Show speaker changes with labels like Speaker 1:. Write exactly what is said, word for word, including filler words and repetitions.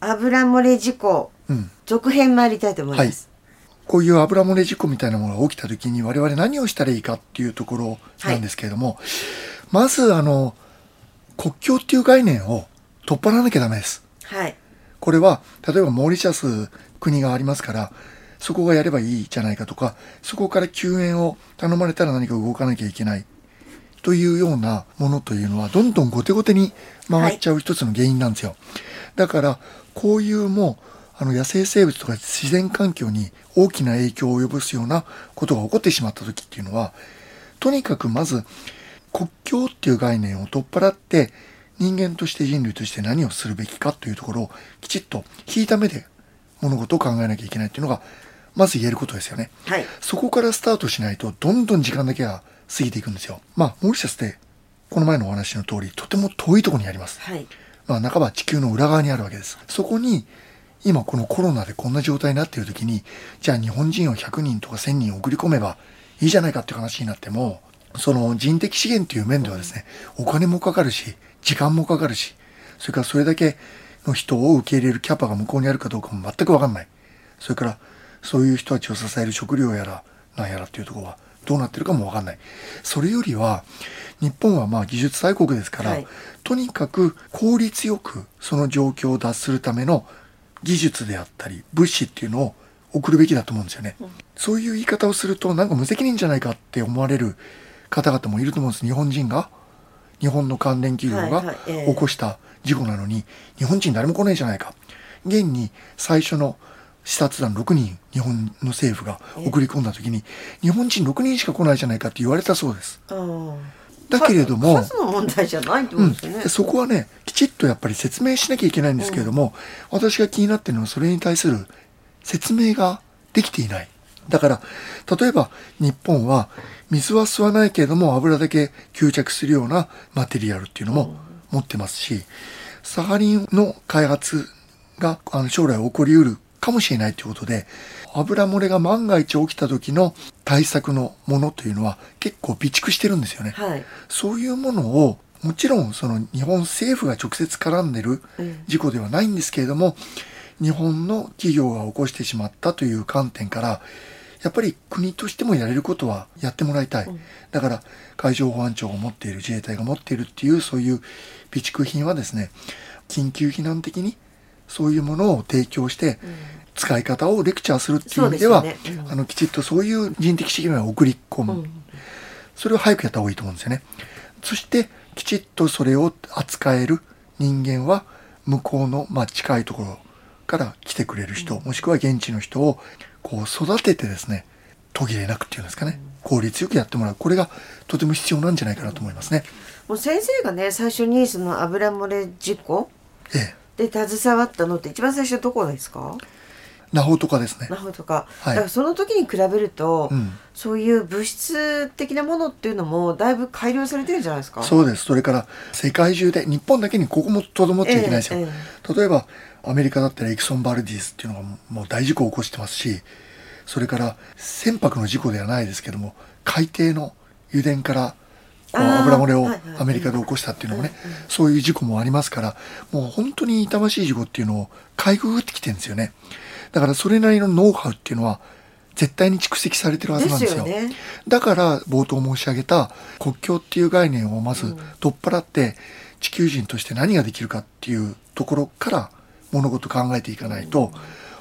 Speaker 1: 油漏れ事故、うん、続編参りたいと思います、
Speaker 2: はい、こういう油漏れ事故みたいなものが起きた時に我々何をしたらいいかっていうところなんですけれども、はい、まずあの国境っていう概念を取っ払わなきゃダメです、
Speaker 1: はい、
Speaker 2: これは例えばモーリシャス国がありますからそこがやればいいじゃないかとか、そこから救援を頼まれたら何か動かなきゃいけないというようなものというのはどんどん後手後手に回っちゃう一つの原因なんですよ、はい、だからこういうもうあの野生生物とか自然環境に大きな影響を及ぼすようなことが起こってしまった時っていうのは、とにかくまず国境っていう概念を取っ払って人間として人類として何をするべきかというところをきちっと引いた目で物事を考えなきゃいけないっていうのがまず言えることですよね、
Speaker 1: はい、
Speaker 2: そこからスタートしないとどんどん時間だけが過ぎていくんですよ。まあモーリシャスってこの前のお話の通りとても遠いところにあります、
Speaker 1: はい、
Speaker 2: まあ、半ば地球の裏側にあるわけです。そこに今このコロナでこんな状態になっている時にじゃあ日本人をひゃくにんとかせんにん送り込めばいいじゃないかっていう話になっても、その人的資源という面ではですね、お金もかかるし時間もかかるし、それからそれだけの人を受け入れるキャパが向こうにあるかどうかも全く分かんない。それからそういう人たちを支える食料やらなんやらっていうところはどうなってるかも分かんない。それよりは日本はまあ技術大国ですから、はい、とにかく効率よくその状況を脱するための技術であったり物資っていうのを送るべきだと思うんですよね、うん、そういう言い方をするとなんか無責任じゃないかって思われる方々もいると思うんです。日本人が日本の関連企業が起こした事故なのに、はいはいえー、日本人誰も来ないじゃないか。現に最初の視察団ろくにん日本の政府が送り込んだ時に日本人ろくにんしか来ないじゃないかって言われたそうです。だけれども
Speaker 1: 数の問題じゃないと思うんですよね、
Speaker 2: うん、そこはねきちっとやっぱり説明しなきゃいけないんですけれども、うん、私が気になっているのはそれに対する説明ができていない。だから例えば日本は水は吸わないけれども油だけ吸着するようなマテリアルっていうのも持ってますし、サハリンの開発があの将来起こりうるかもしれないということで、油漏れが万が一起きた時の対策のものというのは結構備蓄してるんですよね、
Speaker 1: はい、
Speaker 2: そういうものをもちろんその日本政府が直接絡んでる事故ではないんですけれども、うん、日本の企業が起こしてしまったという観点からやっぱり国としてもやれることはやってもらいたい、うん、だから海上保安庁が持っている自衛隊が持っているっていうそういう備蓄品はですね、緊急避難的にそういうものを提供して、うん、使い方をレクチャーするっていう意味では、ねうん、あのきちっとそういう人的資源を送り込む、うん、それを早くやった方がいいと思うんですよね。そしてきちっとそれを扱える人間は向こうの、まあ、近いところから来てくれる人、うん、もしくは現地の人をこう育ててですね、途切れなくっていうんですかね、うん、効率よくやってもらう、これがとても必要なんじゃないかなと思いますね。
Speaker 1: もう先生がね最初にその油漏れ事故、ええ、で携わったのって一番最初どこですか？
Speaker 2: ナホとかですね。
Speaker 1: ナホとか、はい、だからその時に比べると、うん、そういう物質的なものっていうのもだいぶ改良されてるんじゃないですか？
Speaker 2: そうです。それから世界中で、日本だけにここもとどまっちゃいけないですよ、えーえー、例えばアメリカだったらエクソン・バルディスっていうのがもう大事故を起こしてますし、それから船舶の事故ではないですけども海底の油田から油漏れをアメリカで起こしたっていうのもね、そういう事故もありますから、もう本当に痛ましい事故っていうのをかいくぐってきてるんですよね。だからそれなりのノウハウっていうのは絶対に蓄積されてるはずなんですよ。
Speaker 1: ですよね。
Speaker 2: だから冒頭申し上げた国境っていう概念をまず取っ払って地球人として何ができるかっていうところから物事考えていかないと、